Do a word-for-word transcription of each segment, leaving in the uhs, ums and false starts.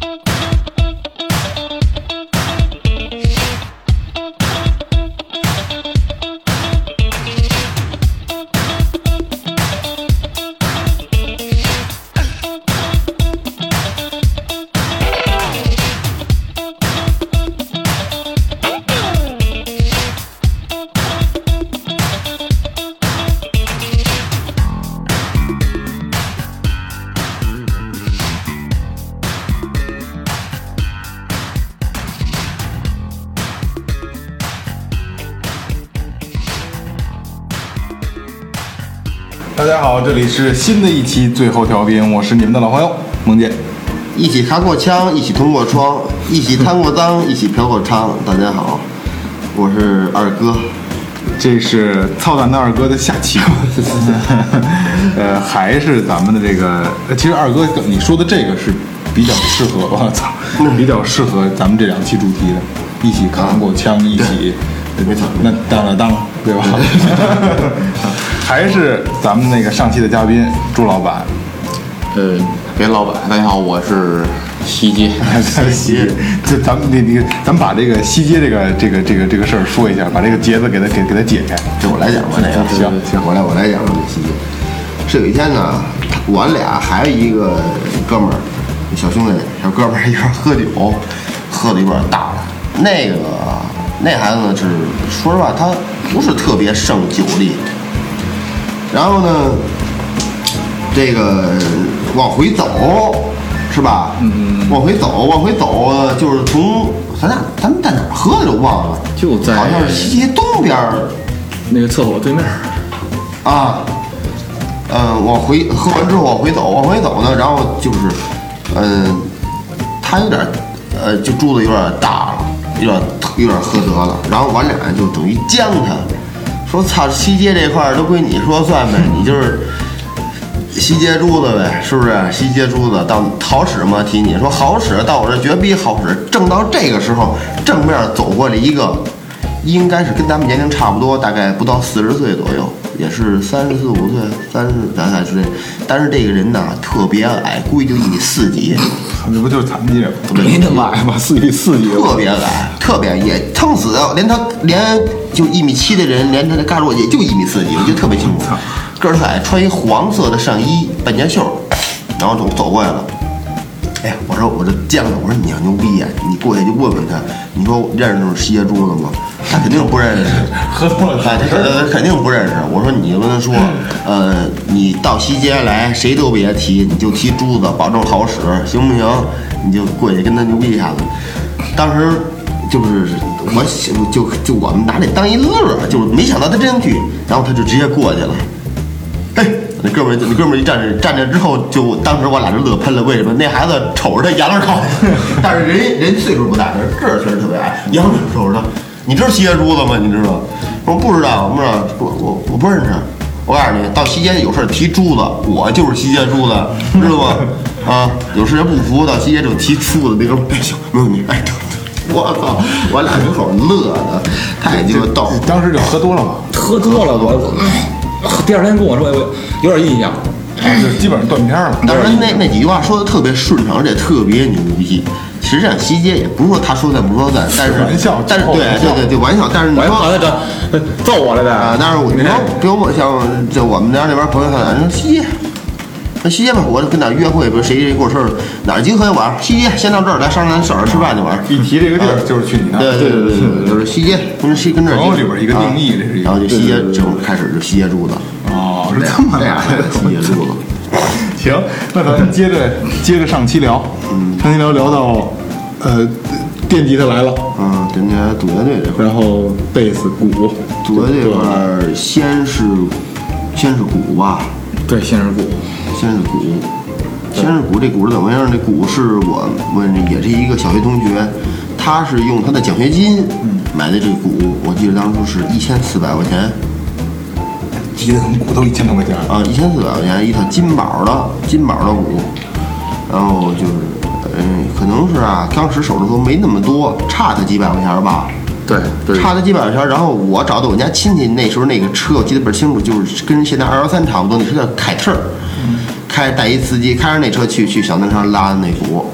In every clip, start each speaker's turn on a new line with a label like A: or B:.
A: 大家好，这里是新的一期最后调频，我是你们的老朋友孟健。
B: 一起扛过枪，一起通过窗，一起贪过赃，一起嫖过娼。大家好，我是二哥。
A: 这是操蛋的二哥的下期。呃，还是咱们的这个，其实二哥你说的这个是比较适合，我操，比较适合咱们这两期主题的，一起扛过枪，一起。
B: 没错，
A: 那当了当了，对吧？还是咱们那个上期的嘉宾朱老板，
C: 呃，别老板，大家好，我是西街。
A: 西街，这咱们你你咱们把这个西街这个这个这个这个事儿说一下，把这个结子给它给给它解开。
B: 这我来讲吧，这个
A: 行行，
B: 我来我来讲这西街。是有一天呢，我俩还有一个哥们儿，小兄弟，小哥们儿一块喝酒，喝的有点大了。那个那孩子呢，是说实话，他不是特别胜酒力。然后呢，这个往回走，是吧？嗯，往回走，往回走，就是从咱俩咱们在哪儿喝的都忘了，
C: 就在
B: 好像是西街东边
C: 那个厕所对面
B: 啊。嗯，往回喝完之后往回走，往回走呢，然后就是，嗯，他有点，呃，就住的有点大了，有点有点喝得了，然后我俩就等于将他。说操，西街这块儿都归你说算呗，你就是西街珠子呗，是不是？西街珠子到好使吗？提你说好使，到我这绝逼好使。正到这个时候，正面走过来一个，应该是跟咱们年龄差不多，大概不到四十岁左右，也是三十四五岁，三十大概是这。但是这个人呢，特别矮，估计就一米四几。
A: 这不就是残疾人吗？
C: 没那么矮吧，四米四几，
B: 特别矮，特别也撑死的，连他连就一米七的人，连他的嘎洛也就一米四几，我记得特别清楚。个儿特矮，穿一黄色的上衣，半截袖，然后走走过来了。哎呀，我说我这见了，我说你要牛逼呀、啊，你过去就问问他，你说认识那种西街珠子吗？他肯定不认识，
A: 喝多了，
B: 哎，他肯肯定不认识。我说你就跟他说，呃，你到西街来，谁都别提，你就提珠子，保证好使，行不行？你就过去跟他牛逼一下子。当时就是我就就我们拿这当一乐，就是没想到他真去，然后他就直接过去了。哎，那哥们儿，那哥们儿一站着站着之后，就当时我俩就乐喷了。为什么？那孩子瞅着他扬着头，但是人人岁数不大，个儿确实特别矮，扬着瞅着他。你知道西街珠子吗？你知道？我不知道，我不知道，我我我不认识。我告诉你，到西街有事提珠子，我就是西街珠子，知道吗？啊，有事不服，到西街就提珠子，那哥们儿哎行，没问题，哎，我操，我俩门口乐的，太鸡巴逗。
A: 当时就喝多了嘛，
C: 喝多了，我第二天跟我说，我有点印象，
A: 就基本上断片了。
B: 当时那那几句话说的特别顺畅，而且特别牛逼。实际上西街也不是说他说赞不说赞，但是
A: 玩笑，
B: 但是对对对对玩笑，但是你说
C: 我还他这揍我来的
B: 啊，但是我你说比如我像这我们家那边朋友他俩说西街，那西街吧，我跟哪约会，比如谁谁过生日，哪儿集合一晚上，西街先到这儿来上咱省儿吃饭去玩。
A: 一提这个地儿就是去你那，
B: 对对对对对，就是西街，跟西跟这儿。
A: 朋友里边一个定义，这是一个。
B: 然后就西街就开始就西街住的。
A: 哦，是这么来的，
B: 西街住的。
A: 行，那咱们接着接着上期聊，嗯，上期聊聊到。呃，电吉他来了，
B: 嗯，电吉他组乐队这块，
A: 然后贝斯、鼓，
B: 组乐队这块先是先是鼓吧，
C: 对，先是鼓，
B: 先是鼓，先是鼓。这鼓是怎么回事？这鼓是我们也是一个小学同学，他是用他的奖学金买的这个鼓，我记得当初是一千四百块钱，
A: 吉他跟鼓都一千多块钱
B: 啊，一千四百块钱一套金宝的金宝的鼓，然后就是。嗯，可能是啊，当时手头没那么多，差他几百块钱吧。
C: 对对，
B: 差他几百块钱。然后我找到我家亲戚，那时候那个车我记得倍儿清楚，就是跟现在二幺三差不多，那车叫凯特，嗯、开带一司机，开着那车去去小南山拉的那鼓。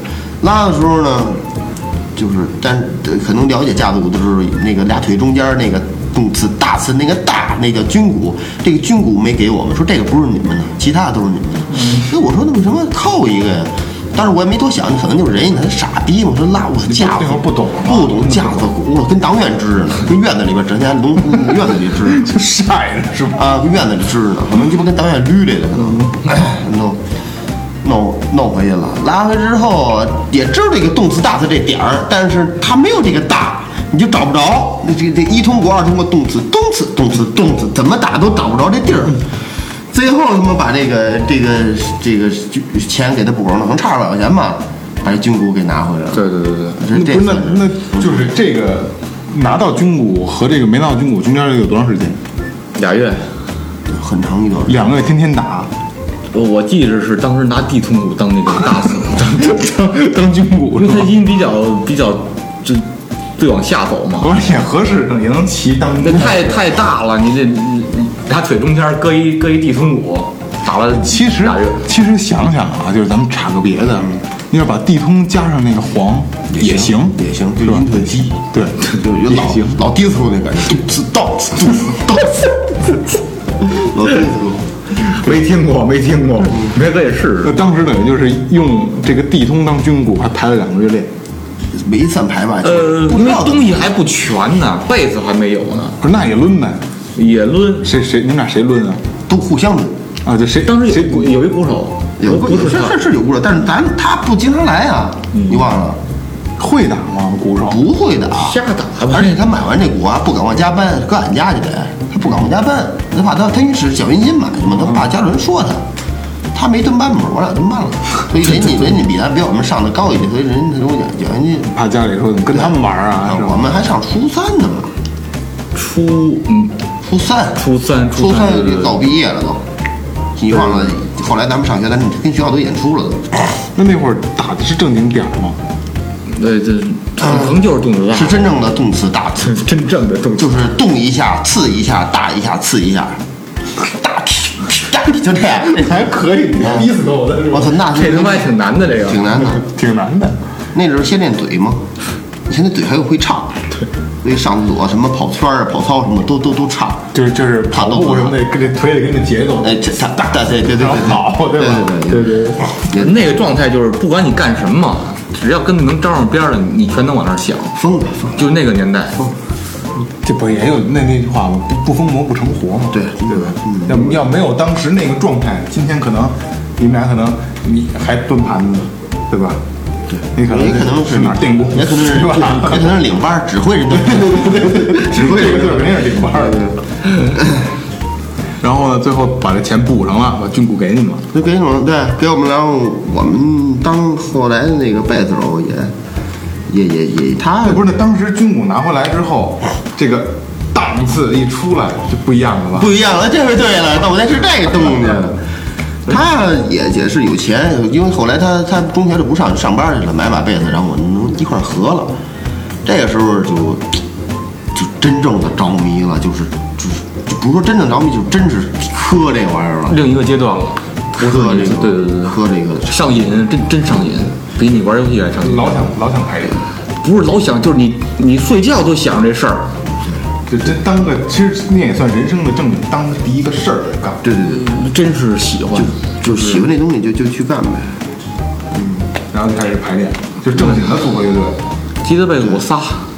B: 拉的时候呢，就是但可能了解架子鼓的时候，那个俩腿中间那个动次大次那个大那个军鼓，这个军鼓没给我们，说这个不是你们的，其他的都是你们的。所以我说那为什么扣一个呀？但是我也没多想，可能就是人家他傻逼嘛，说拉我架子
A: 不懂
B: 不懂架子鼓，我跟党院支着呢，跟院子里边整天农院子里支
A: 就晒着是吧？
B: 啊，跟院子里支着呢，可能鸡巴跟党院捋来的，可能弄弄弄回去了。拉回之后也知道这个动次大次这点儿，但是他没有这个大，你就找不着。这这一通过二通过动次动次动次动次，怎么打都找不着这地儿。最后他妈把这个这个这个钱给他补上了，能差二百块钱吧，把这军鼓给拿回来了。
C: 对对对对，
B: 这这
A: 不是那那就是这个拿到军鼓和这个没拿到军鼓中间有多长时间？
C: 俩月。
B: 很长一段。
A: 两个月天天打。
C: 我我记着是当时拿地通鼓当那个大鼓，当当
A: 当军鼓，
C: 因为它音比较比较就最往下走嘛。
A: 我也合适，也能骑当。
C: 那太太大了，你这你俩腿中间搁一搁一地通鼓，打了
A: 其实
C: 俩月。
A: 其实想想啊，就是咱们插个别的，你要把地通加上那个黄也行，
B: 也行，
A: 是吧？
B: 就音特鸡，
A: 对，
B: 就有老
A: 也行。
B: 老低头那感觉，动次到此，动次到此，老低头。
C: 没听过，没听过，没可以试
A: 那
C: 试。
A: 当时等于就是用这个地通当军鼓，还排了两个月练。
B: 没算排吧？
C: 呃，因为
B: 不知道
C: 东西还不全呢，被子还没有呢，
A: 不是，那也抡呗？
C: 也抡。
A: 谁谁你们俩谁抡啊？
B: 都互相的。
A: 啊，就谁
C: 当时
A: 谁
C: 有鼓有一鼓手，
B: 有
C: 不是他
B: 是是是有鼓手，但是咱他不经常来啊，你忘了？
A: 会打吗？鼓手
B: 不会打，
C: 瞎打吧
B: 而。且他买完这鼓啊，不敢往加班，搁俺家去得，他不敢往加班，他怕他他因为是小原金买的嘛，他怕家里人说他，他没蹲班嘛，我俩蹲班了，所以人家人家比咱比我们上的高一点，所以人家跟我讲小原金，
A: 怕家里说怎么跟他们玩啊？是吧？
B: 我们还上初三呢嘛，
C: 初嗯
B: 初三，
C: 初三
B: 初
C: 三对对对
B: 早毕业了都，你忘了？后来咱们上学，咱们跟学校都演出了都。
A: 那那会儿打的是正经点儿吗？
C: 对，这可能就是动词大，
B: 是真正的动词大词，
C: 真正的动词。
B: 就是动一下，刺一下，大一下，刺一下，大大就这样。
A: 还可以，逼死我的是吧？
B: 我操，那
C: 这他妈还挺难的，这个
B: 挺难的。
A: 挺难的。
B: 那时候先练嘴嘛，你现在嘴还会唱，对，所以上厕所什么跑圈儿、跑操什么都都都唱。
A: 就是就是跑步什么的，跟这腿得跟着节奏，
B: 哎，这他大对对对对
A: 跑，
B: 对
A: 吧？
B: 对
A: 对对。
C: 那个状态就是，不管你干什么，只要跟能沾上边的，你全能往那儿想。
B: 疯了疯了。
C: 就那个年代，
A: 这不也有那那句话吗？不不疯魔不成活嘛。
B: 对
A: 对吧？要要没有当时那个状态，今天可能你们俩可能你还蹲盘子，对吧？对，你可能
B: 也可能
A: 是哪儿电工，
B: 也可能是
A: 是吧？
B: 也可能是领班指挥人家，指挥人
A: 这个就是肯定是领班的。然后呢，最后把这钱补上了，把军鼓给你们了。
B: 就给我们对给我们，然后我们当后来的那个贝斯手也也也也他
A: 不是，那当时军鼓拿回来之后，这个档次一出来就不一样了吧？
B: 不一样了，这回对了，那我才是这个东西。他也也是有钱，因为后来他他中学就不上上班去了，买把被子，然后我们一块儿合了。这个时候就就真正的着迷了，就是就是就不是说真正着迷，就真是磕这玩意儿了，
C: 另一个阶段了。不是
B: 磕这个，
C: 对对对对，
B: 磕这个
C: 上瘾，真真上瘾，比你玩游戏还上瘾。
A: 老想老想排练，
C: 不是老想，就是你你睡觉都想这事儿。
A: 就真当个，其实那也算人生的正经，当第一个事儿来干。
B: 对对对，
C: 真是喜欢，
B: 就喜欢这东西就就去干呗。
A: 然后就开始排练，就正经的组合乐队。
C: 提的被子我仨，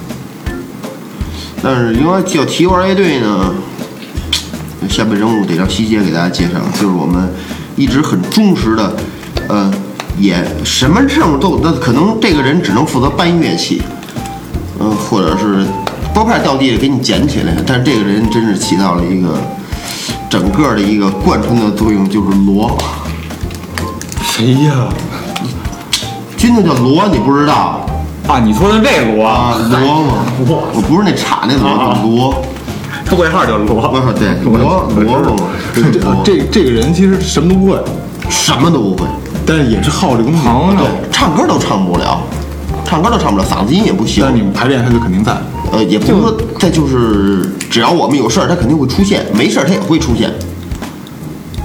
B: 但是因为要提玩乐队呢，下辈人物得让西街给大家介绍，就是我们一直很忠实的，呃，也什么任务都，那可能这个人只能负责搬乐器，嗯、呃，或者是拨片掉地里给你捡起来，但是这个人真是起到了一个整个的一个贯穿的作用，就是锣。
C: 谁呀？
B: 军的叫锣，你不知道
C: 啊，你说的这锣
B: 啊？锣吗？
C: 我
B: 我不是那插那锣，叫锣。
C: 他外号叫锣，
B: 不是对锣锣嘛，
A: 这这这个人其实什么都不会，
B: 什么都不会，
A: 但是也是好这东西。
C: 行
B: 对，唱歌都唱不了，唱歌都唱不了，嗓子音也不行
A: 但。是你们排练他就肯定在。
B: 呃，也不是说他就是只要我们有事儿，他肯定会出现；没事儿他也会出现。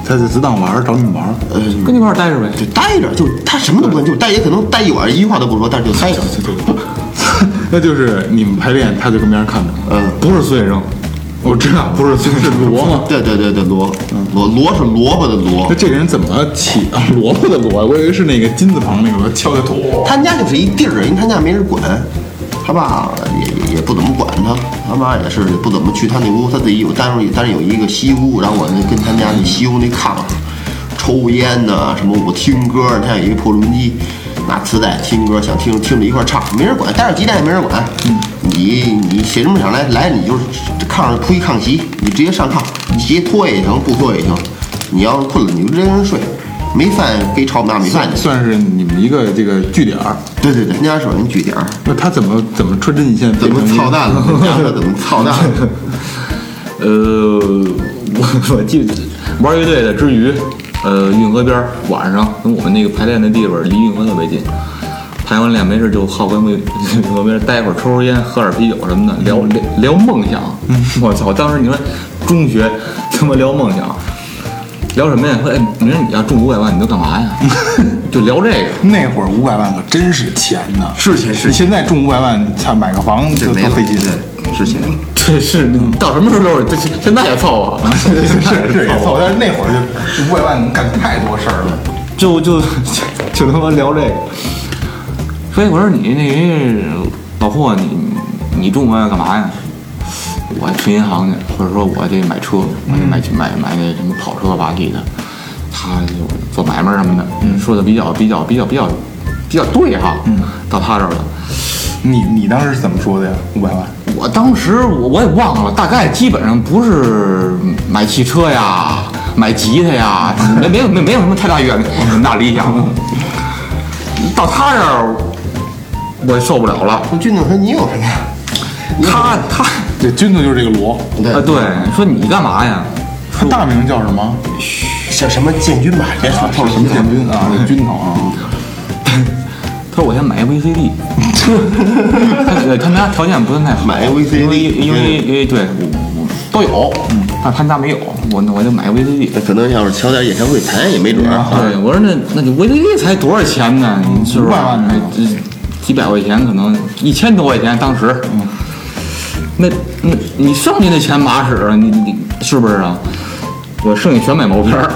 A: 他就只当玩儿，找你们玩儿。
B: 呃，
C: 跟你一块儿待着呗。
B: 就待着，就他什么都不干，就待，也可能待一晚上，一句话都不说，但是就待着。
A: 那就是你们排练，他就跟别人看着，
B: 嗯，
A: 不是随扔。我知道，不是是萝吗？
B: 对对对对，萝，萝萝是萝卜的萝
A: 那。这个人怎么起啊？萝卜的萝，我以为是那个金字旁那个敲的土。
B: 他家就是一地儿，因为他家没人管，他爸也也也不怎么管他，他妈也是不怎么去他那屋，他自己有单位，但是有一个西屋，然后我那跟他家那西屋那炕上抽烟呐、什么我听歌，他有一个破录音机，拿磁带听歌，想听听着一块唱，没人管，带着鸡蛋也没人管。你你写什么想来来，你就是炕上铺一炕席，你直接上炕，你鞋脱也行，不脱也行。你要是困了，你就直接让人睡。没饭给炒大米饭去。
A: 算是你们一个这个据点儿。
B: 对对对，人家说人据点儿。
A: 那他怎么怎么穿针引线？
B: 怎么操蛋了？人家说怎么操蛋了？
C: 呃，我我记得玩乐队的之余，呃，运河边儿晚上，跟我们那个排练的地方离运河特别近。排完练没事就好跟运河边待会儿，抽抽烟，喝点啤酒什么的，聊聊聊梦想。我操！当时你说中学他妈聊梦想，聊什么呀？说哎，你说你要中五百万，你都干嘛呀？就聊这个。
A: 那会儿五百万可真是钱呐，
B: 是钱是钱。
A: 你现在中五百万，操，买个房就
B: 没了
A: 都费劲。
B: 是钱。
C: 这是到什么时候都是，现在也凑啊。
A: 是是也凑，但是那会儿就五百万能干太多事儿了。
C: 就就就他妈聊这个。所以我说你那个老婆，你你中午要干嘛呀？我去银行去，或者说我得买车，我得买买买那什么跑车、巴蒂的。他就做买卖什么的，嗯，说的比较比较比较比较比较对哈。嗯，到他这儿了。
A: 你你当时是怎么说的呀？五百万？
C: 我当时我我也忘了，大概基本上不是买汽车呀、买吉他呀，没没有没没有什么太大远大理想。到他这儿。我受不了了。
B: 军总说你有什么？
C: 他他
A: 这军头就是这个罗。
C: 啊，对，说你干嘛呀？
A: 他大名叫什么？
B: 叫什么建军吧？别说
A: 他是什么建军啊？这军头啊。
C: 他说我先买个 V C D。他他们家条件不是太好，
B: 买个 V C D，
C: 因为因为因为对都有，嗯，但他们家没有，我我就买个 V C D。
B: 那可能要是瞧点演唱会谈也没准儿。
C: 对，我说那那就 V C D 才多少钱呢？你是不是？
A: 五百万呢？
C: 几百块钱，可能一千多块钱，当时，嗯，那那你剩下的钱嘛使啊？你你是不是啊？我剩下全买毛片儿，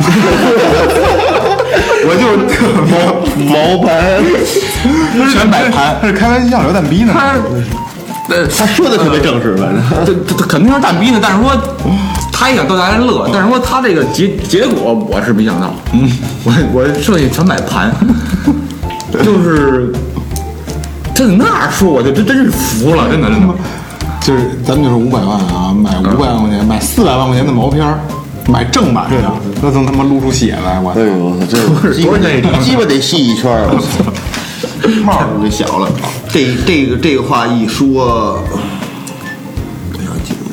C: 我就
B: 毛盘，
C: 全买盘。
A: 他是开玩笑聊蛋逼呢。
C: 他，呃，
B: 他说的特别正式，反正
C: 这这他肯定是蛋逼呢，但是说他也想逗大家乐，但是说他这个结结果我是没想到，嗯，我我剩下全买盘，就是。这那样说我就真真是服了，真的真的。
A: 就是咱们就说五百万啊，买五百万块钱，买四百万块钱的毛片儿，买正版的，那能他妈撸出血来？我
B: 哎呦，这鸡巴得鸡巴得细一圈儿，我操，帽儿都小了。这这个这个话一说，哎呀，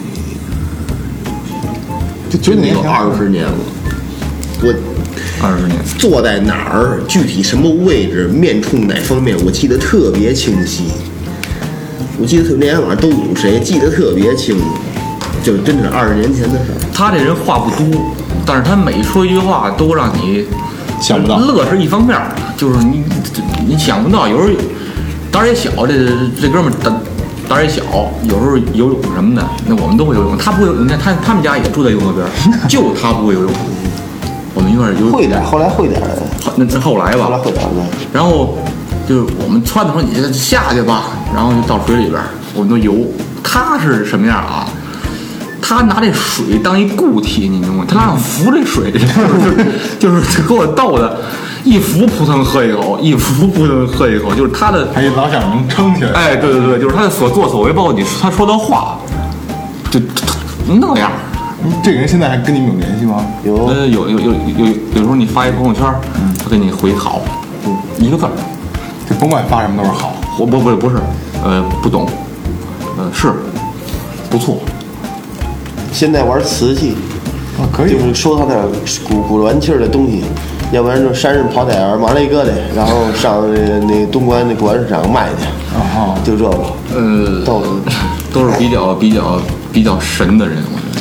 A: 就九几年
B: 有二十年了，我。
C: 二十年
B: 坐在哪儿，具体什么位置，面冲哪方面，我记得特别清晰。我记得那天晚上都有谁，记得特别清楚，就真的是二十年前的事儿。
C: 他这人话不多，但是他每说一句话都让你
A: 想不到。
C: 乐是一方面，就是你你想不到，有时候胆儿也小，这这哥们儿胆胆儿也小，有时候游泳什么的，那我们都会游泳，他不会游泳，你看他他们家也住在运河边，就他不会游泳。我们一块儿游
B: 会点，后来会点，
C: 那是后来吧。
B: 后来会点的。
C: 然后就是我们穿的时候，你下去吧，然后就到水里边，我们都游。他是什么样啊？他拿这水当一固体，你明白吗？他老想浮这水，就是就是给我逗的，一浮扑腾喝一口，一浮扑腾喝一口，就是他的，
A: 还老想能撑起来。
C: 哎，对对对，就是他的所作所为，包括你他说的话，就那样。
A: 这个人现在还跟你们有联系吗？
B: 有，
C: 呃，有有有有有时候你发一朋友圈，嗯，他给你回好，一个字儿，
A: 就甭管发什么都是好。
C: 我不不不是，呃，不懂，呃，是，不错。
B: 现在玩瓷器，
A: 啊，可以，
B: 就是收他点古古玩气儿的东西，要不然就山上跑点儿马雷哥的，然后上那那东关那古玩市场卖去。
A: 啊，
B: 就这个，
C: 呃，
B: 都是
C: 都是比较比较比较神的人，我觉得。
A: 对。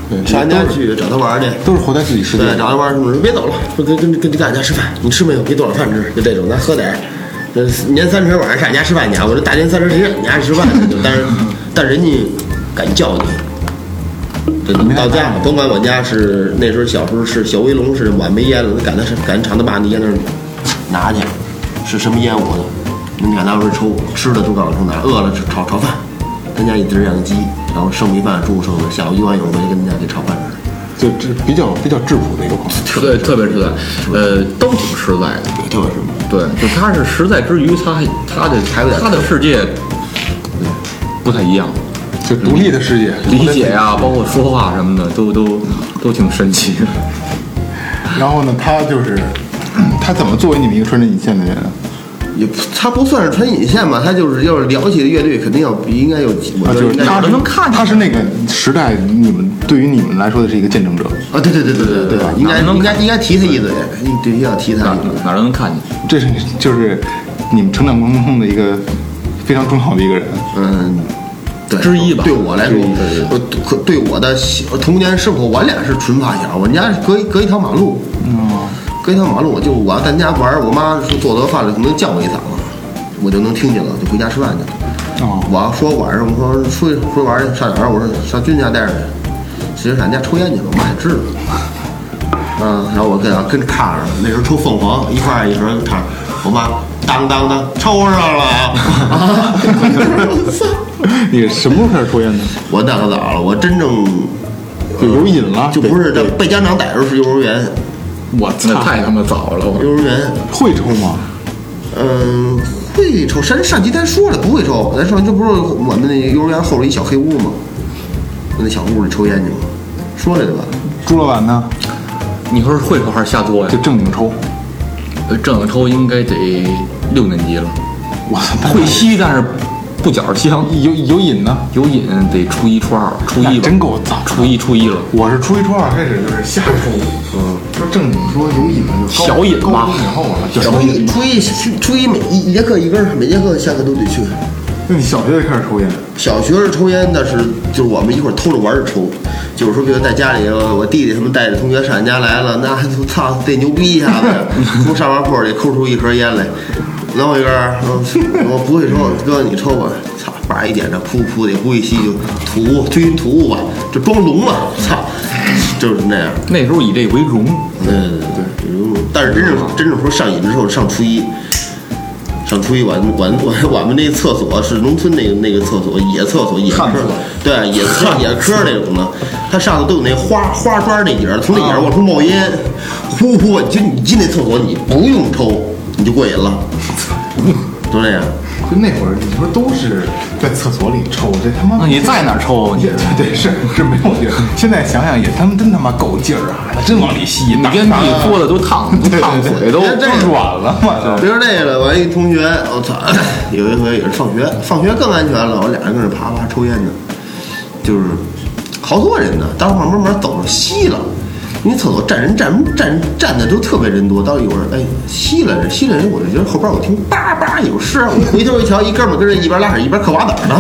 A: 对
B: 上人家去找他玩去，
A: 都是活在自己世界
B: 对，找他玩什么？别走了，说跟跟跟跟俺家吃饭，你吃没有？给多少饭吃？就这种，咱喝点儿。呃，年三十晚上上俺家吃饭去，我这大年三十谁上你家吃饭呢？就但是但人家敢叫你。到家，甭管我家是那时候小时候是小威龙是碗没烟了，赶他赶厂子把那烟那拿去，是什么烟雾的？你赶那时候抽，吃的都告诉从哪，饿了炒炒饭，咱家一只养鸡，然后剩米饭猪剩的，下午一碗油回去跟人家给炒饭吃，
A: 就这比较比较质朴的一个朋友。
C: 对，特别实在，呃，都挺实在的。
B: 对，特别是
C: 对，就他是实在之余，他还他的他的世界不太一样。
A: 就独立的世界，
C: 理解呀、啊，包括说话什么的，都都都挺神奇的。
A: 然后呢，他就是他怎么作为你们一个穿针引线的人啊？
B: 也他不算是穿引线吧，他就是要是了解乐队，肯定要比应该有，我
A: 啊，就是他
C: 能看，
A: 他是那个时代，你们对于你们来说的是一个见证者
B: 啊，对对对对对对，应该应该应该提他一嘴，对，要提他一嘴，
C: 哪都能看见。
A: 这是就是你们成长过程中的一个非常重要的一个人，
B: 嗯。对
C: 之一吧，
B: 对我来说，我可对我的童年生活，我俩是纯发小，我们家隔隔一条马路，
A: 嗯，
B: 隔一条马路，就我要在家玩，我妈说做得饭了，可能叫我一嗓子，我就能听见了，就回家吃饭去了。
A: 哦，
B: 我要说晚上我说出去出去玩去，上哪儿？我说上军家待着去，其实上家抽烟去了，我妈也知道。嗯，然后我跟跟炕上，那时候抽凤凰，一块一盒炕，我妈当当当抽上了啊！
A: 你什么时候开始抽烟的？
B: 我那可早了，我真正
A: 就有瘾了，
B: 就不是这被家长逮着是幼儿园。
C: 我操，太他妈早了！
B: 幼儿园
A: 会抽吗？
B: 嗯，会抽。上上集咱说了不会抽，咱说这不是我们那幼儿园后边一小黑屋吗？那小屋里抽烟去吗？说来的吧。
A: 朱老板呢？
C: 你说是会抽还是瞎作呀？
A: 就正经抽。
C: 呃，正经抽应该得六年级了。
A: 我操，
C: 会吸，但是不觉着香。
A: 有有瘾呢？
C: 有瘾得初一初二，初一吧
A: 真够早。
C: 初一初一了。
A: 我是初一初二开始就是瞎抽，嗯，说正经说有瘾就
C: 小瘾吧。
A: 高中以后了，
B: 初一初一初一每一节课一根，每节课下课都得去。
A: 那你小学就开始抽烟？
B: 小学是抽烟，但是就是我们一块儿偷着玩着抽。就是说，比如在家里，我弟弟他们带着同学上俺家来了，那我操，得牛逼一下子，从上瓦铺里抠出一盒烟来，然后一根儿，我不会抽，哥你抽吧，操，叭一点着，噗噗的，呼一吸就吐，吞云吐雾吧，就装聋了，操，就是那样。
C: 那时候以这为荣。
B: 对对对对，但是真正真正说上瘾之后，上初一。上初一，我我我我们那厕所是农村那个那个厕所，野厕所，野科，对，野科野科那种的，它上头都有那花花砖那底儿，从那底儿往出冒烟，呼呼，就你进那厕所，你不用抽，你就过瘾了，就那样。
A: 就那会儿，你说都是在厕所里抽，这他妈……
C: 那你在哪儿抽？
A: 也对，是是没有劲儿。现在想想也，他们真他妈够劲儿啊！真往里吸，
C: 你跟地桌子都烫，都烫嘴都
B: 都
A: 软了嘛。
B: 比如这个，我一同学，我操，有一回也是放学，放学更安全了，我俩人跟那啪啪抽烟呢，就是好多人呢，待会儿慢慢走了，吸了。因为厕所站人站站站的都特别人多，到一会儿哎吸了人吸了人，我就觉得后边我听叭叭有声，我回头一瞧，一哥们儿跟人一边拉屎一边嗑瓜子呢。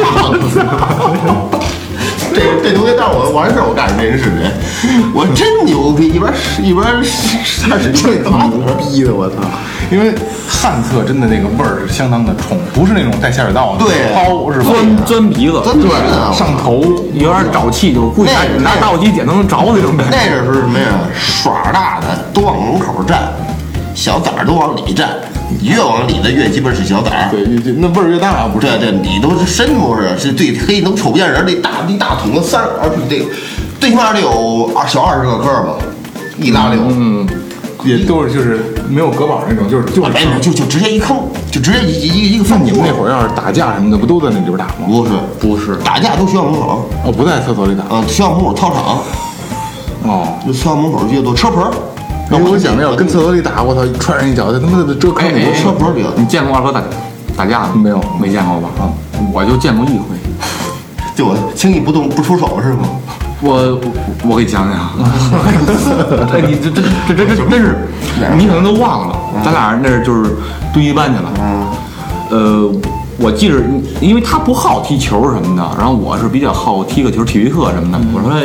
B: 这这同学带我完事儿，我告诉你这人是谁，我真牛逼，一边一边开始这他妈怎么逼的，我操！
A: 因为旱厕真的那个味儿是相当的冲，不是那种带下水道的，
B: 对，
A: 抛是吧？
C: 钻钻鼻子，
B: 钻鼻子
A: 上头，
C: 有点沼气，就故意拿拿打火机点都能着那种感觉。
B: 那阵是什么呀？耍大的都往门口站，小崽儿都往里站。越往里的越基本是小崽儿，
A: 对，那味儿越大，不是？
B: 对对，里头是深不是？是最黑，能瞅不见人。那大一大桶子三，而且这最起码得有二小二十个坑吧，一拉溜。
C: 嗯，
A: 也都是就是没有隔板那种，就是就是
B: 没有就就直接一坑，就直接一一一个饭。
A: 你们那会儿要是打架什么的，不都在那里边打吗？
B: 不是
C: 不是，
B: 打架都学校门口。
A: 哦，不在厕所里打。
B: 嗯，学校门口操场。
A: 哦，
B: 那学校门口越多车棚。
A: 因为我想着要跟厕所里打，我操，踹人一脚，他他妈的遮坑里头
B: 车棚里。
C: 你见过二哥打打架吗？
A: 没有，
C: 没见过吧？啊，我就见过一回。
B: 就我轻易不动不出手是吗？
C: 我我给你讲讲，哎，你这这这这这真是，你可能都忘了，咱俩那是就是堆一班去了。呃，我记着，因为他不好踢球什么的，然后我是比较好踢个球，体育课什么的。我说，哎，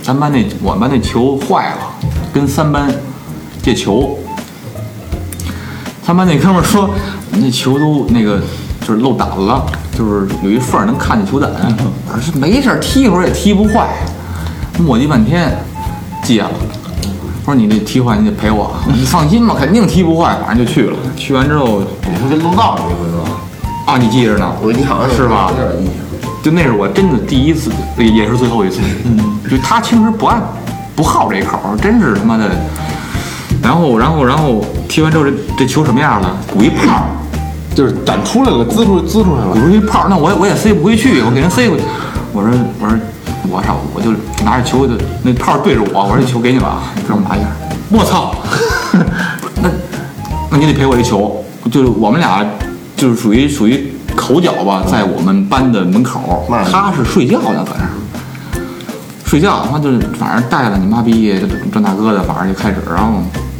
C: 咱班那我们班那球坏了，跟三班借球。三班那哥们儿说，那球都那个就是漏胆了，就是有一缝能看见球胆。我说没事，踢一会儿也踢不坏。磨叽半天，戒了。我说你这踢坏你得赔我，你放心吧，肯定踢不坏。反正就去了。去完之后，
B: 你说跟漏道有一回是吧？
C: 啊，你记着呢？
B: 我你好像
C: 是吧？
B: 有点印象。
C: 就那是我真的第一次，也是最后一次。嗯，就他其实不按不好这口，真是他妈的。然后，然后，然后踢完之后，这这球什么样了？鼓一泡，
A: 就是胆出来了，滋出滋出来
C: 鼓
A: 了。
C: 出一泡，那我也我也塞不回去，我给人塞回去。我说我说我操，我就拿着球的那泡对着我，我说这球给你吧，让我拿一下。我操，那那你得赔我这球。就是我们俩就是属于属于口角吧，在我们班的门口，他是睡觉呢，搁那儿睡觉，他就是反正带了你妈逼这这大哥的，反正就开始，然后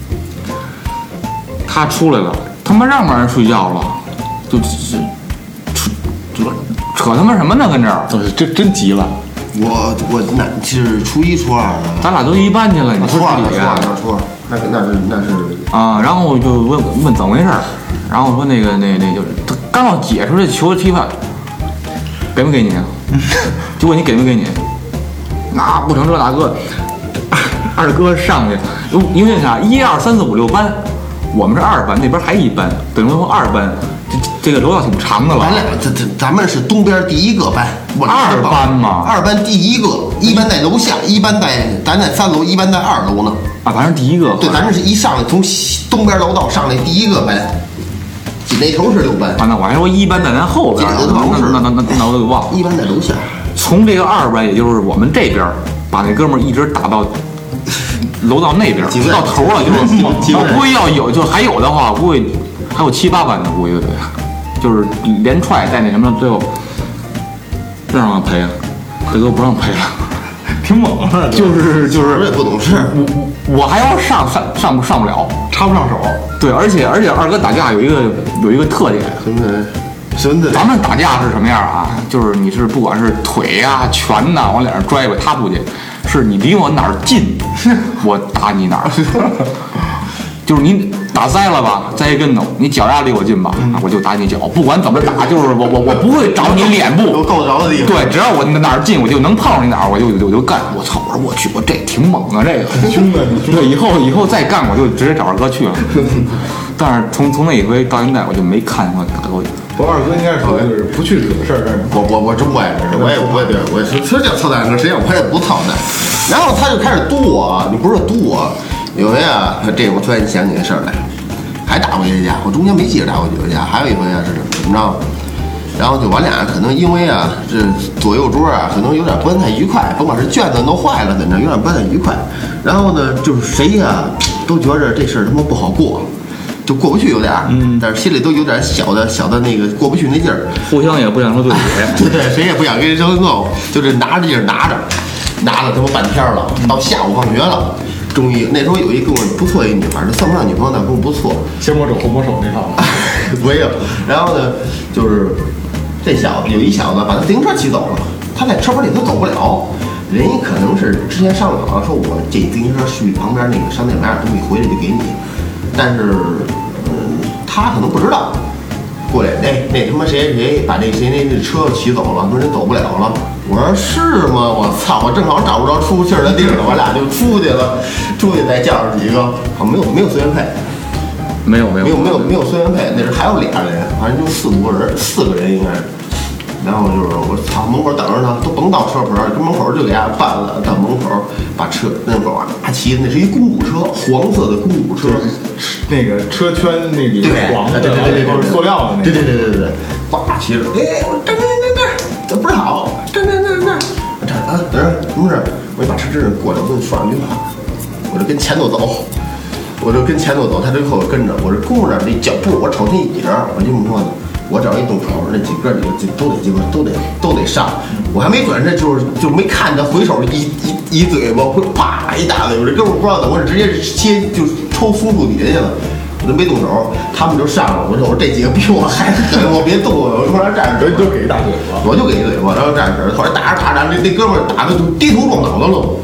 C: 他出来了，他妈让不让人睡觉了，就是扯扯扯他妈什么呢？跟这儿，
A: 这真急了。
B: 我我那是初一初二的，
C: 咱俩都一班去了，你说
B: 初二的初
C: 这里啊
B: 二的初二，那是那是那是
C: 啊，然后我就问问怎么回事，然后我说那个那那就是他刚要解出这球踢法，给没给你啊？就问你给没给你？那不成，这大哥二哥上去，因为啥？一二三四五六班，我们是二班，那边还一班，等于说二班，这这个楼道挺长的了。
B: 咱俩这这咱们是东边第一个班，我
C: 二班嘛，
B: 二班第一个，一班在楼下，一班在咱在三楼，一班在二楼呢。
C: 啊，反正第一个。
B: 对，咱这是一上来从西东边楼道上来第一个班，那头是六班。
C: 啊，那我还说一班在咱后边，那那那那那我给忘了。
B: 一班在楼下。
C: 从这个二班，也就是我们这边，把那哥们儿一直打到楼道那边，到头了，就是我估计要有，就还有的话，估计还有七八班的，估计对，就是连踹带那什么，最后不让赔啊，这都不让赔了，
A: 挺猛的，
C: 就是就是
B: 我也不懂事，
C: 我我还要上上上不上不了，
A: 插不上手。
C: 对，而且而且二哥打架有一个有一个特点，
B: 真的。真的，
C: 咱们打架是什么样啊？就是你是不管是腿呀、啊、拳呐、啊，往脸上拽吧，他不去，是你离我哪儿近，我打你哪儿。就是你打栽了吧，栽一跟头，你脚丫离我近吧，我就打你脚，不管怎么打，就是我我我不会找你脸部，
B: 有够着的地方。
C: 对，只要我哪儿近，我就能碰上你哪儿，我就我就干。我操！我说我去，我这挺猛啊，这个
A: 凶的，
C: 对，以后以后再干，我就直接找二哥去了。但是从从那一回到现在，我就没看见过打过。
A: 我二哥应该是属于就是不去惹事儿，
B: 我我我真不爱惹事，我也我也对，我也说说叫操蛋哥，实际上我也不操蛋。然后他就开始嘟我，你不是嘟我，有回啊，这我突然想起个事儿来，还打过一架，我中间没记着打过几回架，还有一回啊是怎么着？然后就我俩可能因为啊这左右桌啊可能有点不太愉快，甭管是卷子弄坏了怎着，有点不太愉快。然后呢，就是谁呀、啊、都觉着这事儿他妈不好过。就过不去有点儿，嗯，但是心里都有点小的小的那个过不去那劲儿，
C: 互相也不想说对不起，
B: 对对，谁也不想跟人争斗，就是拿着劲儿拿着，拿了他妈半天了，到下午放学了，终于那时候有一跟我不错一女孩，这算不上女朋友，但跟我不错，
A: 先摸手后摸手那套，
B: 没有。然后呢，就是这小子有一小子把他自行车骑走了，他在车门里头走不了。人家可能是之前商量好，说我这自行车去旁边那个商店买点东西回来就给你。但是，嗯，他可能不知道，过来，那那他妈谁谁把那谁那那车骑走了，说人走不了了。我说是吗？我操！我正好找不着出气儿的地儿了，我俩就出去了，出去再叫上几个，好没有没有随缘配，
C: 没有没有
B: 没有没有没有随缘配，那是还有俩人，反正就四五个人，四个人应该是。然后就是我操，门口等着他，都甭到车棚，跟门口就给他办了，到门口把车那会儿啊，他骑的那是一公古车，黄色的公古车，
A: 那个车圈那里黄的，
B: 对对对对，
A: 都是塑料的那个，
B: 对对对对对，哇，骑着，哎，我站站站站，这不是好，站站站站，我站啊，等着，什么事？我就把车支上过来，我跟你说两句话，我就跟前头走，我就跟前头走，他就后头跟着，我这公着那脚步，我瞅他一影，我就这么说呢。我只要一动手，那几个里都得鸡巴都得都得上。我还没转身，就是就没看他回手一一一嘴巴，会啪一大嘴巴，这哥们不知道怎么，我直接切就抽松树底下去了。我都没动手，他们就上了。我说我说这几个比我还狠，我别动我，我说那站着，
A: 就给一大嘴巴，
B: 我就给一嘴巴，然后站着，后来打着打着，那那哥们打的就低头撞脑袋了。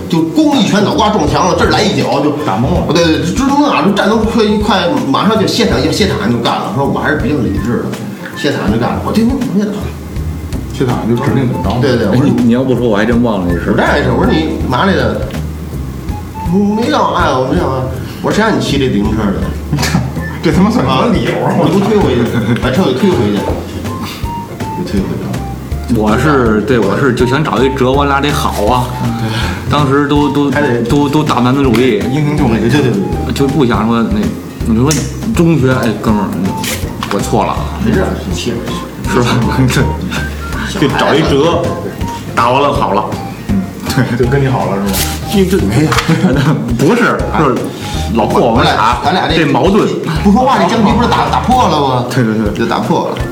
B: 就咣一拳脑瓜撞墙了，这儿来一脚就
A: 打懵了。
B: 对对，就从哪就战斗快快，马上就谢坦谢坦就干了。说我还是比较理智的，谢坦就干了，我听听我别打。
A: 谢坦就指定怎么着。
B: 对对，我
C: 哎，
B: 说
C: 你你要不说我还真忘了这事
B: 我。这样也是，我说你嘛来的？没让我爱我没让我，我说谁让你骑这自行车的？
A: 这他妈算什么理由？
B: 你给我推回去，把车给推回去，给推回去。
C: 我是对，我是就想找一辙，我俩得好啊。当时都都
B: 还得
C: 都都大男子主义，
A: 英雄救美。
B: 对对对对，
C: 就不想说那，你说中学，哎，哥们儿，我错了，
B: 没事，你骑
C: 是吧？就找一辙，打完了好了。
A: 对，就跟你好了是吧？
C: 这这没有，不是，是老破我们
B: 咱俩
C: 俩，
B: 咱俩
C: 这矛盾。
B: 不说话，这僵局不是打打破了吗？
A: 对对对
B: 就打破了。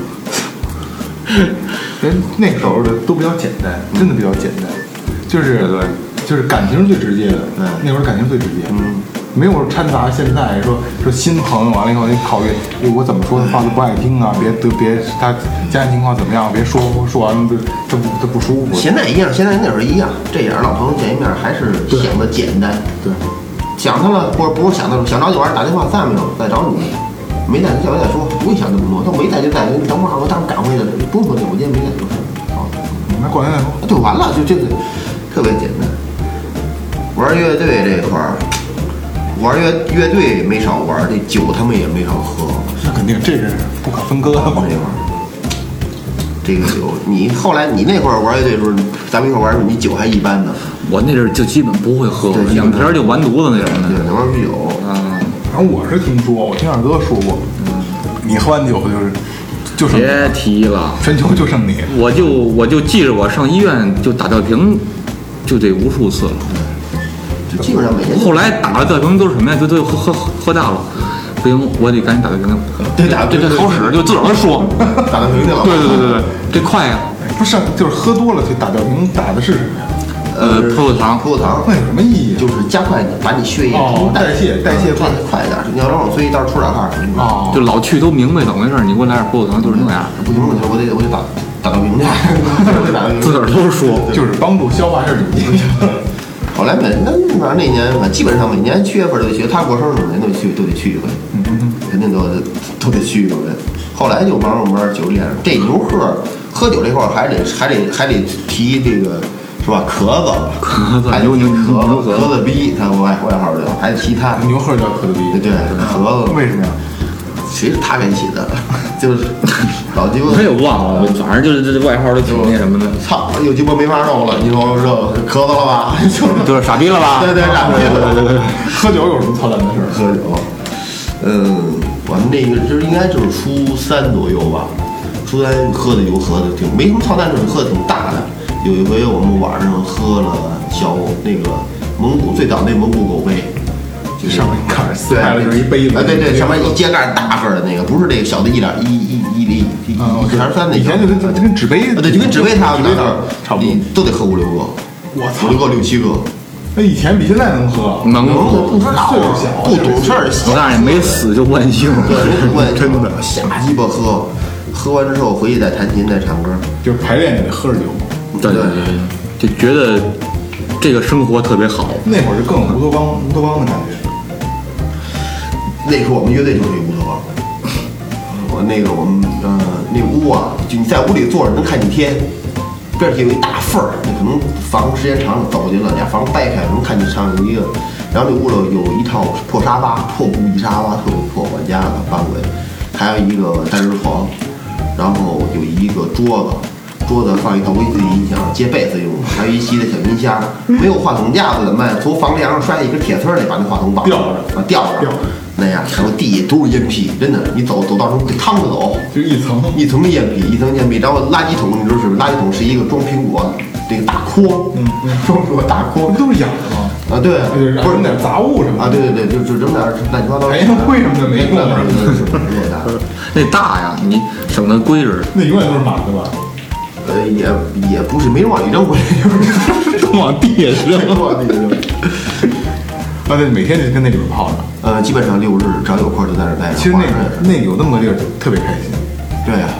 A: 人那个时候的都比较简单，真的比较简单，就是
C: 对
A: 就是感情是最直接的。
B: 嗯
A: 那会儿感情最直接，
B: 嗯，
A: 没有掺杂现在说说新朋友完了以后你考虑，哎，我怎么说的话都不爱听啊，别得别他家庭情况怎么样，别说说完了他他不他不舒服。
B: 现在一样，现在那会儿一样，这样老朋友见一面还是想的简单。
A: 对，
B: 想他了，或者不是想他了，想找你玩，打电话在没有？再找你，没在就叫我再说，不会想这么多。他没在就在，你等会儿我当时赶回来了，不用说这，我今天没在就是。好，
A: 那过两天再说。
B: 就完了，就这个特别简单。玩乐队这块儿，玩乐乐队没少玩，这酒他们也没少喝。
A: 那肯定，这是不可分割的嘛。
B: 这块儿，这个酒，你后来你那会儿玩乐队的时候，咱们一块儿玩的时候，你酒还一般呢。
C: 我那阵儿就基本不会喝
B: 对，
C: 两瓶儿就完犊子那种
B: 对，
C: 的。
B: 两瓶啤酒。
C: 啊，
A: 反正我是听说，我听二哥说过，你喝完酒就是就剩
C: 别提了，
A: 全球就剩你。
C: 我就我就记着我上医院就打吊瓶，就这无数次了。
B: 就基本上每年
C: 后来打了吊瓶都是什么呀？就都喝喝喝大了，不行，我得赶紧打吊瓶。
B: 对打
C: 这这好使，就自个儿说。
B: 打到瓶去了。
C: 对对对对对，这快呀！
A: 不是，就是喝多了去打吊瓶，打的是什么呀？
C: 呃，葡萄糖，
B: 葡萄糖
A: 那有什么意义？
B: 就是加快把你血液
A: 哦代谢代谢快
B: 快一点。你要让我催，到时候出点汗。
A: 哦，
C: 就老去都明白怎么回事儿，你给我来点葡萄糖就是那样，
B: 不行，我得我得我得打打到瓶去，我得打到瓶。
C: 自个儿都说。
A: 就是帮助消化一下酒精。
B: 后来每那反正那年反正基本上每年七月份都得去，他过生日每年都得去都得去一回，肯定都都得去一回。后来就慢慢慢慢酒练，这牛喝喝酒这块儿还得还得还得提这个是吧？壳子，
C: 壳子
B: 还得提
C: 牛牛
B: 壳
C: 牛
B: 子，壳子逼，他外外号叫，还得提他。
A: 牛喝叫可乐逼，
B: 对，壳子
A: 为什么呀？
B: 谁是他给起的？就是老鸡巴。
C: 我也忘了，反正就是这外号都挺那什么的，
B: 操，有鸡巴没法弄了，你说这咳嗽了吧？
C: 就是傻逼了吧？
B: 对对，傻逼了。
C: 对对对，
A: 喝酒有什么操蛋的事儿？
B: 喝酒，嗯，我们那个就是应该就是初三左右吧，初三喝的酒喝的挺没什么操蛋，就是喝的挺大的。有一回我们晚上喝了小那个蒙古最早那蒙古狗杯。就是
A: 上面盖儿撕开了就是一杯子
B: 啊，对对，上面一揭盖大个儿的那个，不是那个小的一两一一一一一
A: 啊，
B: 一瓶三那个，
A: 以前就跟就跟纸杯，
B: 啊，对，就跟纸杯差不多，
A: 差不多
B: 你都得喝五六个，
A: 我操
B: 五六个六七个，
A: 那以前比现在能喝，
C: 能喝。
B: 不知道
A: 岁数小
B: 不懂事儿，
C: 我当然也没死就万幸。
B: 对，真的瞎鸡巴喝，喝完之后回去再弹琴再唱歌，
A: 就是排练也得喝着酒。
C: 对对对对，就觉得这个生活特别好。
A: 那会儿是更乌托邦乌托邦的感觉。
B: 那时候我们乐队就是一乌托邦。我那个我们呃那屋啊，就你在屋里坐着能看见天，边上有一大缝儿，那可能房时间长了走进了，俩房掰开能看见上有一个，然后那屋里有一套破沙发，破布艺沙发，特别破，我家的搬过来，还有一个单人床，然后有一个桌子。桌子放一套 V C D 音响，接贝斯用的，还有一吸的小音箱，没有话筒架子怎么办？从房梁上摔下一根铁丝儿来，把那话筒绑
A: 吊着
B: 啊，吊着，
A: 吊着
B: 那样，然后地下都是烟屁，真的，你走走道中得趟着走，
A: 就一层
B: 一层烟屁，一层烟屁，然后垃圾桶，你知道是不是？垃圾桶是一个装苹果这个大筐，嗯嗯，装苹果大筐，
A: 不都是养的吗？
B: 啊，对，
A: 就是
B: 不是
A: 扔点杂物什么的
B: 啊，对对对，就就整点乱七八糟，
A: 柴烟灰什么的没用
B: 那
A: 是吧
B: 是那大。
C: 那大呀，你省得规制。
A: 那永远都是满的吧？
B: 呃，也也不是没人往里扔过来，
C: 都往地下扔。
B: 往地扔。
A: 啊，对，每天就跟那里边泡着。
B: 呃，基本上六日只要有空就在那儿待着。
A: 其实那
B: 晚上也是
A: 个那有那么个地儿特别开心。
B: 对呀，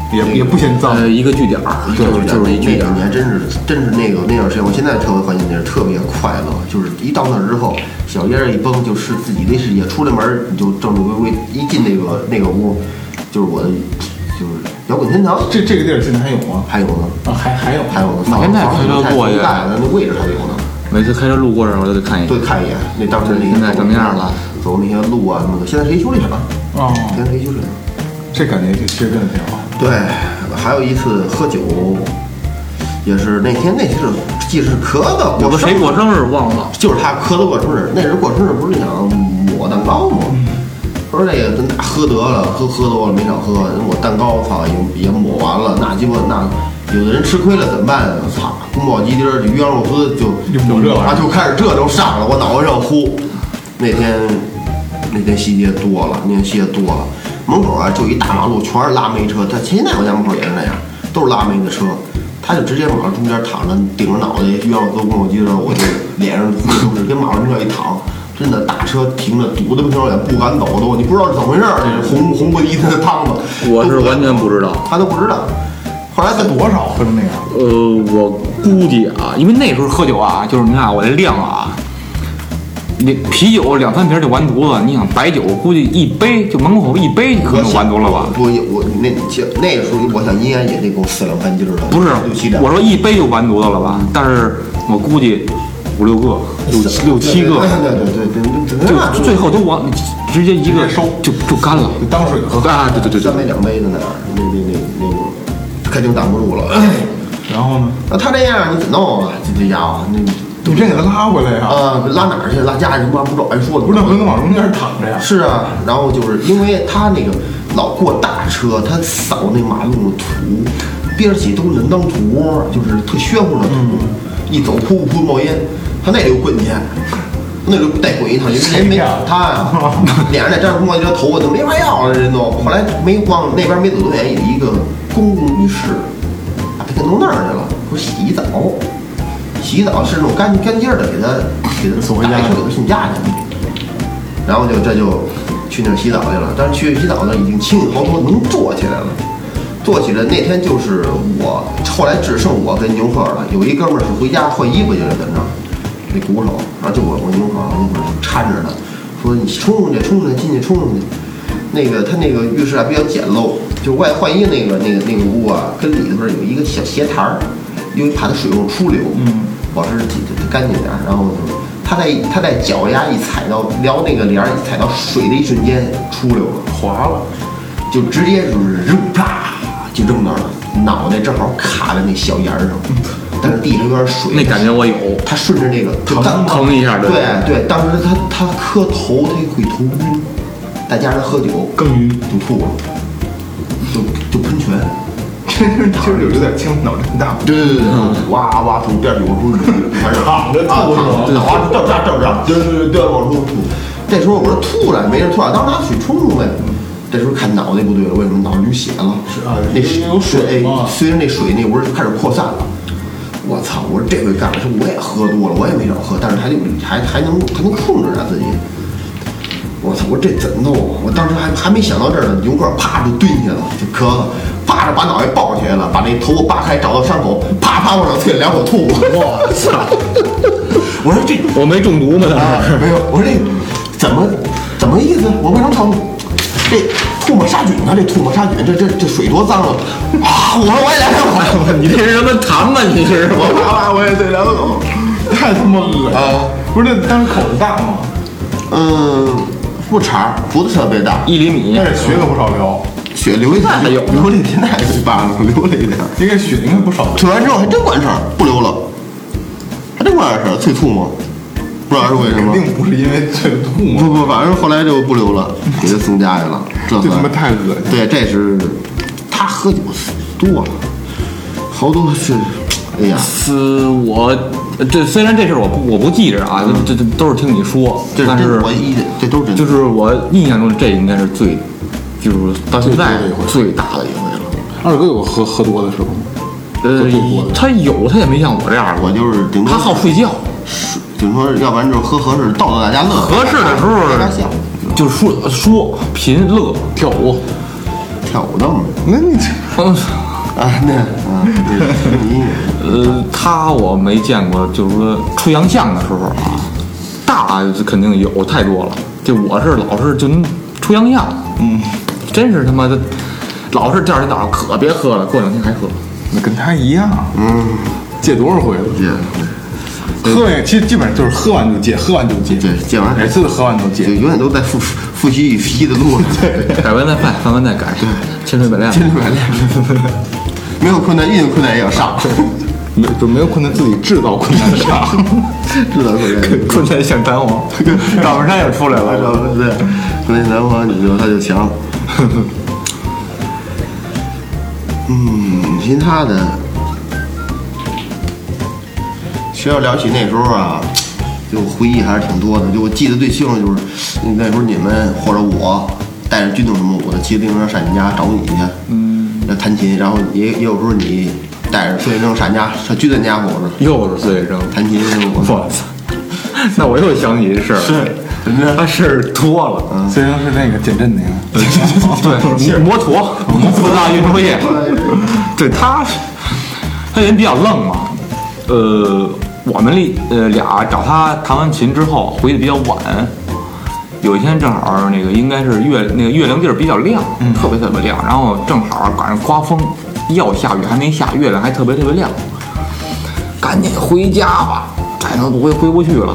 A: 也也不嫌脏。
C: 呃，一个据点儿，就是就是一据点儿。
B: 那年真是真是那个那段时间，我现在特别怀念那是特别快乐，就是一到那之后，小烟儿一崩，就是自己的世界。出了门你就正正规规，一进那个那个屋，就是我的，就是摇滚天堂。
A: 这这个地儿现在还有吗？
B: 还有呢，
A: 啊，还还有
B: 还有呢。
C: 现在开车过去，
B: 那位置还有呢。
C: 每次开车路过这儿，我都得看一眼。
B: 对，看一眼。那当时那
C: 现在什么样了？
B: 走那些路啊什么的，现在是一修理厂。
A: 哦，
B: 现在是一修理厂。
A: 这感觉其实真的挺好。
B: 对，还有一次喝酒，也是那天那天是记是咳的，
C: 有个谁过生日忘了，
B: 就是他咳的过生日，那时候过生日不是想抹蛋糕吗？说这个真喝得了，喝喝多了没少喝，我蛋糕操也也抹完了，那鸡巴那有的人吃亏了怎么办？操，宫保鸡丁儿、鱼香肉丝就
A: 就抹这玩意儿
B: 啊，就开始这就上了，我脑袋上呼。那天那天西街多了，那天西街多了。门口啊，就一大马路，全是拉煤车。他现在我家门口也是那样，都是拉煤的车。他就直接马路中间躺着，顶着脑袋，鱼香肉丝、宫保鸡丁，我就脸上都是跟马路中间一躺，真的大车停着，堵得不行，也不敢走都。你不知道是怎么回事，这是红红不滴的汤子。
C: 我是完全不知道，
B: 他都不知道。后来
A: 才多少喝成那样？
C: 呃，我估计啊，因为那时候喝酒啊，就是你看我这量啊。你啤酒两三瓶就完犊子，你想白酒估计一杯就门口一杯可能完犊了吧？
B: 不，我那那个时候我想应该也得够四两半斤的。
C: 不是
B: 六七两，
C: 我说一杯就完犊子了吧？但是我估计五六个，六七六七个，
B: 对对对对对，
C: 就最后都往直接一个
A: 收
C: 就就干了，
A: 当水喝
C: 啊！对对对对，
B: 三杯两杯的那样，那那那那个肯定挡不住了。
A: 然后呢？
B: 那他这样你怎么弄啊？这这家伙那。
A: 你这给他拉回来呀？
B: 啊，拉哪儿去？拉家人妈不早还说了，
A: 不是不能往中间躺着呀？
B: 是啊，然后就是因为他那个老过大车，他扫那马路的土，边起都是当土窝，就是特暄乎的土，嗯、一走噗噗冒烟，他那就滚去，那就得滚一趟，因为没他呀，脸上那沾着光，这头发都没法要了，人都后来没往那边没走多远，有一个公共浴室，把他给弄那儿去了，说洗澡。洗澡是那种干干净的，给他给他送回家，给他送家去，然后就这就去那儿洗澡去了。但是去洗澡呢，已经清理好多，能坐起来了。坐起来那天就是我，后来只剩我跟牛贺了。有一哥们儿是回家换衣服去了，在那儿那鼓手，然后就我我牛贺那会儿搀着他，说你冲冲去，冲冲去，进去冲冲去。那个他那个浴室啊比较简陋，就外换衣那个那个那个屋啊，跟里边有一个小斜台儿。因为怕它水往出流，嗯，保持干净点。然后他在他在脚丫一踩到撩那个帘儿，一踩到水的一瞬间出溜了，滑了，就直接就是扔啪就扔那儿了，脑袋正好卡在那小沿儿上，但是地上有点水，
C: 那感觉我有。
B: 他顺着那个就
C: 疼疼一下，
B: 对对对，当时他他磕头，他会头晕，再加上喝酒
A: 更晕，
B: 就吐了，就就喷泉。
A: 其实有有点轻，脑震荡。
B: 对对对对，哇哇从边儿流出去，开始躺着吐是吧？哇，掉渣掉渣，对对对，掉往出吐。这时候我说吐了，没人吐了，当拿水冲冲呗。这时候看脑袋不对了，为什么脑子流血了？
A: 是啊，
B: 那有水，随着那水那味儿开始扩散了。我操！我说这回干了，说我也喝多了，我也没少喝，但是还得还还能还能控制着自己。我操！我这怎么弄？我当时还还没想到这儿呢，牛哥啪就蹲下了，就咳了。啪着把脑袋抱起来了，把那头发扒开，找到伤口，啪啪往上啐两口吐。我操！我说这
C: 我没中毒吗？当时、
B: 啊、没有。我说这怎么怎么意思？我为什么吐？这吐沫杀菌啊！这吐沫杀菌，这这这水多脏啊！啊！我说我也来两口。
C: 你这是什么痰吗？你是？
B: 我啪啪我也得两口，
A: 太他妈恶心
B: 啊！
A: 不是这当时口子大吗？
B: 嗯，不长，不是特别大，
C: 一厘米。
A: 但是血可不少流。
B: 血流一点，
C: 有
B: 流了一点，那嘴巴子流了一点。
A: 应该血应该不少。
B: 吐完之后还真管事儿，不流了，还真管事儿，催吐吗？不知道是为什么。
A: 肯定不是因为催吐吗？
B: 不不，反正后来就不流了，给他送家去了。这
A: 这他妈太恶心。
B: 对，这是他喝酒多了，好多是，哎呀，
C: 是我这虽然这事儿我不我不记着啊，这这都是听你说，但是
B: 我一这都是真的。
C: 就是我印象中这应该是最。就是到现在最大的一回了。
A: 二哥有喝喝多的时候吗？
C: 呃，他有，他也没像我这样。
B: 我就是顶多
C: 他好睡觉，
B: 顶多要不然就是喝合适，逗逗大家乐。
C: 合适的时候就是说说贫乐跳舞，
B: 跳舞那么
A: 那你这
C: 嗯，
B: 啊那啊，对你
C: 呃，他我没见过，就是说出洋相的时候啊，大肯定有太多了。这我是老是就能出洋相，嗯，真是他妈的，老是第二天早上可别喝了，过两天还喝。
A: 那跟他一样，
B: 嗯，
A: 戒多少回了？
B: 戒，
A: 喝完其实基本上就是喝完就戒，喝完就戒，
B: 对戒完
A: 每次都喝完都
B: 就
A: 戒。
B: 永远都在复复习与习的路上，
C: 改完再犯，犯完再改，千锤百炼。
B: 千锤百炼，没有困难，遇见困难也要上，
A: 没就没有困难自己制造困难上，
B: 知道困难。
C: 困难像弹簧，大本山也出来了。
B: 对，困难南方你就他就强。嗯，其他的，其实要聊起那时候啊，就回忆还是挺多的。就我记得最清楚就是那时候你们或者我带着军动什么，我就骑自行车上你家找你去，嗯，要弹琴，然后也也有时候你带着孙学生上家上军人家伙着
C: 又是孙学生，
B: 弹琴，我
C: 我操！那我又想起这事儿，
B: 是真的
C: 他事儿多了。嗯，
A: 虽然是那个减震那个，
C: 对，摩托，四大运输业。对，他他人比较愣嘛。呃，我们里呃俩找他弹完琴之后回的比较晚。有一天正好那个应该是月那个月亮地儿比较亮，嗯、特别特别亮，然后正好赶上刮风，要下雨还没下，月亮还特别特别亮，赶紧回家吧，再能回回不去了。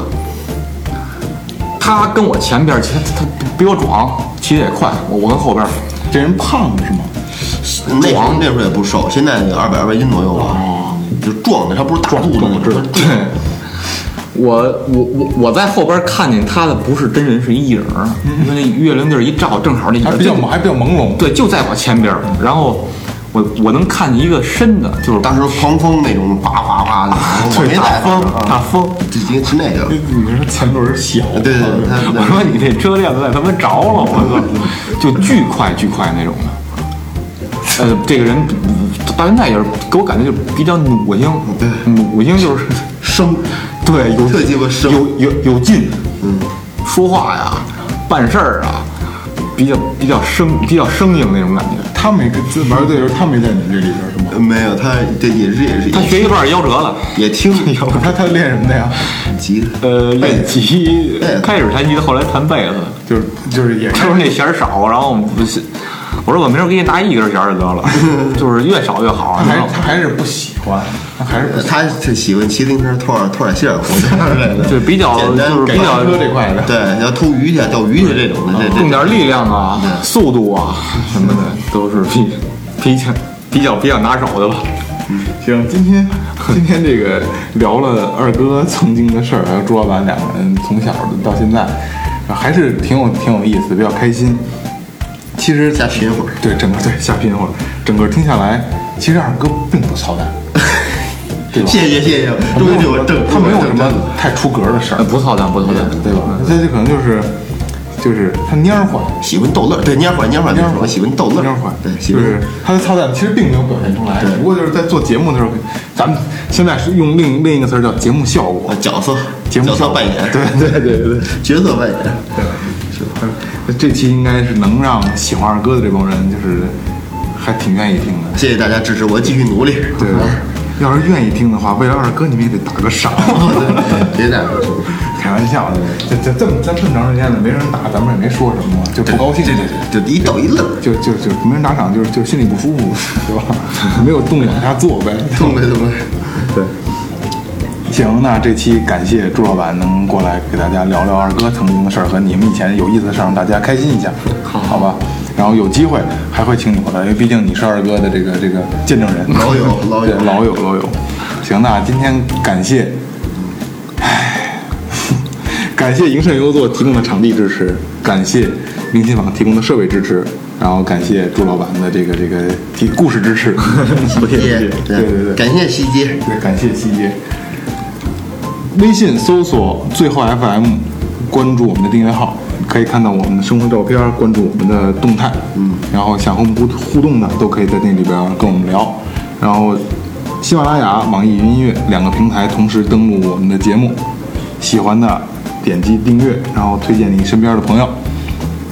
C: 他跟我前边骑，他他比我壮，骑得也快，我我跟后边。
A: 这人胖是吗？
B: 那时候那时候也不瘦，现在二百二百斤左右吧，哦、就是壮的，他不是大肚子，
A: 我知道。
C: 对，我我我我在后边看见他的不是真人，是一影儿，因为那月亮地儿一照，正好那
A: 还比较还比较朦胧。
C: 对，就在我前边，然后我我能看见一个身子，就是
B: 当时狂风那种，哗哗哗的，
C: 对，大风大风，
B: 就是那个。
A: 你说前轮小，
B: 对对对，
C: 我说你这车链子在他妈着了，我操，就巨快巨快那种的。呃，这个人到现在也是给我感觉就比较努性，
B: 对，
C: 努性就是
B: 生，
C: 对，有
B: 特鸡巴生，
C: 有有有劲，
B: 嗯，
C: 说话呀，办事儿啊，比较比较生比较生硬那种感觉。
A: 他没跟玩队的时候，他没在你这里边是吗？
B: 没有，他这也是也是。
C: 他学一半夭折了，
B: 也听。
A: 他他练什么的呀？
B: 吉他。
C: 呃，练吉，开始弹吉他，后来弹贝斯，
A: 就是就是也
C: 就是那弦少，然后不是。我说我明儿给你拿一根弦就得了，就是越少越好。
A: 他还他还是不喜欢，他还是
B: 他他喜欢骑自行车偷点偷点馅儿回
C: 对，比较就是比较
A: 车这块的，
B: 对，要偷鱼去、钓鱼去这种的，这
C: 用点力量啊、速度啊什么的，都是比比较比较比较拿手的吧。
A: 行，今天今天这个聊了二哥曾经的事儿，还有朱老板两个人从小到现在，还是挺有挺有意思，比较开心。其实
B: 瞎拼会儿，
A: 对，整个对瞎拼会儿，整个听下来，其实二哥并不操蛋，对吧？
B: 谢谢谢谢，终于我正，
A: 他没有什么太出格的事儿，
C: 不操蛋不操蛋，
A: 对吧？他这可能就是就是他蔫儿坏，
B: 喜欢逗乐，对蔫儿坏蔫儿坏蔫儿坏，喜欢逗乐，
A: 蔫儿坏，
B: 对，
A: 就是他的操蛋其实并没有表现出来，不过就是在做节目的时候，咱们现在是用另另一个词儿叫节目效果，
B: 角色
A: 节目
B: 角色扮演，
A: 对对对对，
B: 角色扮演，
A: 对。这期应该是能让喜欢二哥的这帮人，就是还挺愿意听的。
B: 谢谢大家支持，我继续努力。
A: 对，要是愿意听的话，为了二哥你们也得打个赏。
B: 别打，
A: 开玩笑的。这这这么这么长时间了，没人打，咱们也没说什么，就不高兴。
B: 对对对，就一逗一乐，
A: 就就就没人打赏，就是就心里不舒服，对吧？没有动力往下做呗。
B: 动呗动呗。
A: 对。行，那这期感谢朱老板能过来给大家聊聊二哥曾经的事儿和你们以前有意思的事儿，让大家开心一下，好, 好吧？然后有机会还会请你回来，因为毕竟你是二哥的这个这个见证人，
B: 老友老友
A: 老友老友。行，那今天感谢，唉，感谢营盛优作提供的场地支持，感谢明琴坊提供的设备支持，然后感谢朱老板的这个这个提故事支持，
B: 西街，
A: 对对对，
B: 感谢西街，
A: 对，感谢西街。微信搜索最后 F M， 关注我们的订阅号，可以看到我们的生活照片，关注我们的动态。嗯，然后想和我们互互动的，都可以在那里边跟我们聊。然后，喜马拉雅、网易云音乐两个平台同时登录我们的节目，喜欢的点击订阅，然后推荐你身边的朋友。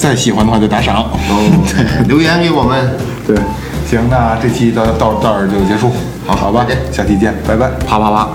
A: 再喜欢的话就打赏。
B: 哦，留言给我们。
A: 对，行，那这期到到到这儿就结束。好，好吧，下期见，拜拜，
C: 啪啪啪。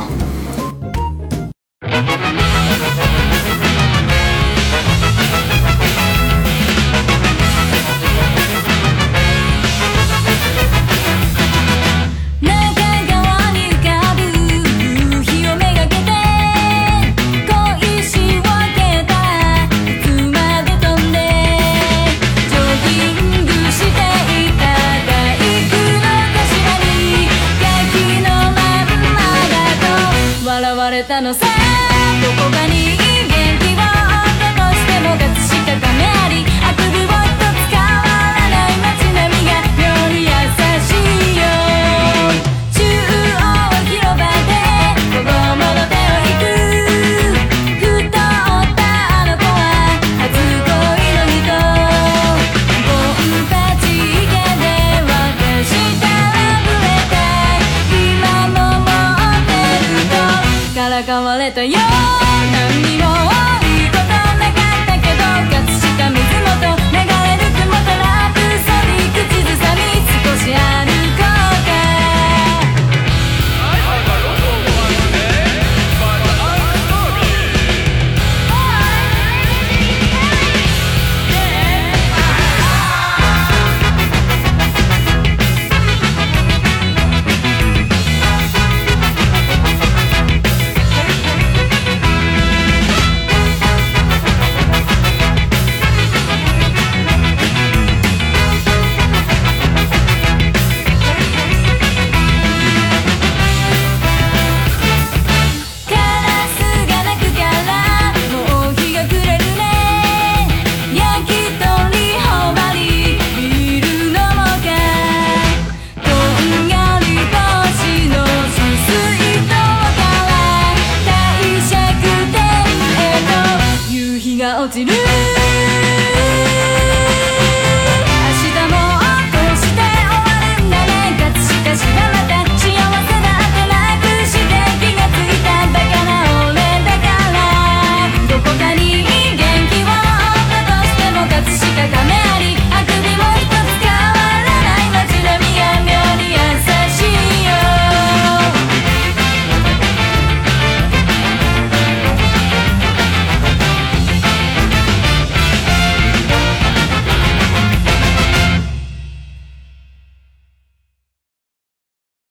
D: たのさどこかに元気を残しても葛飾かめありあくびを一つ変わらない街並みがより優しいよ中央広場で子供の手を引く太ったあの子は初恋の人ボンパチ池で私たらぶれたい今も持ってるとからかわれたような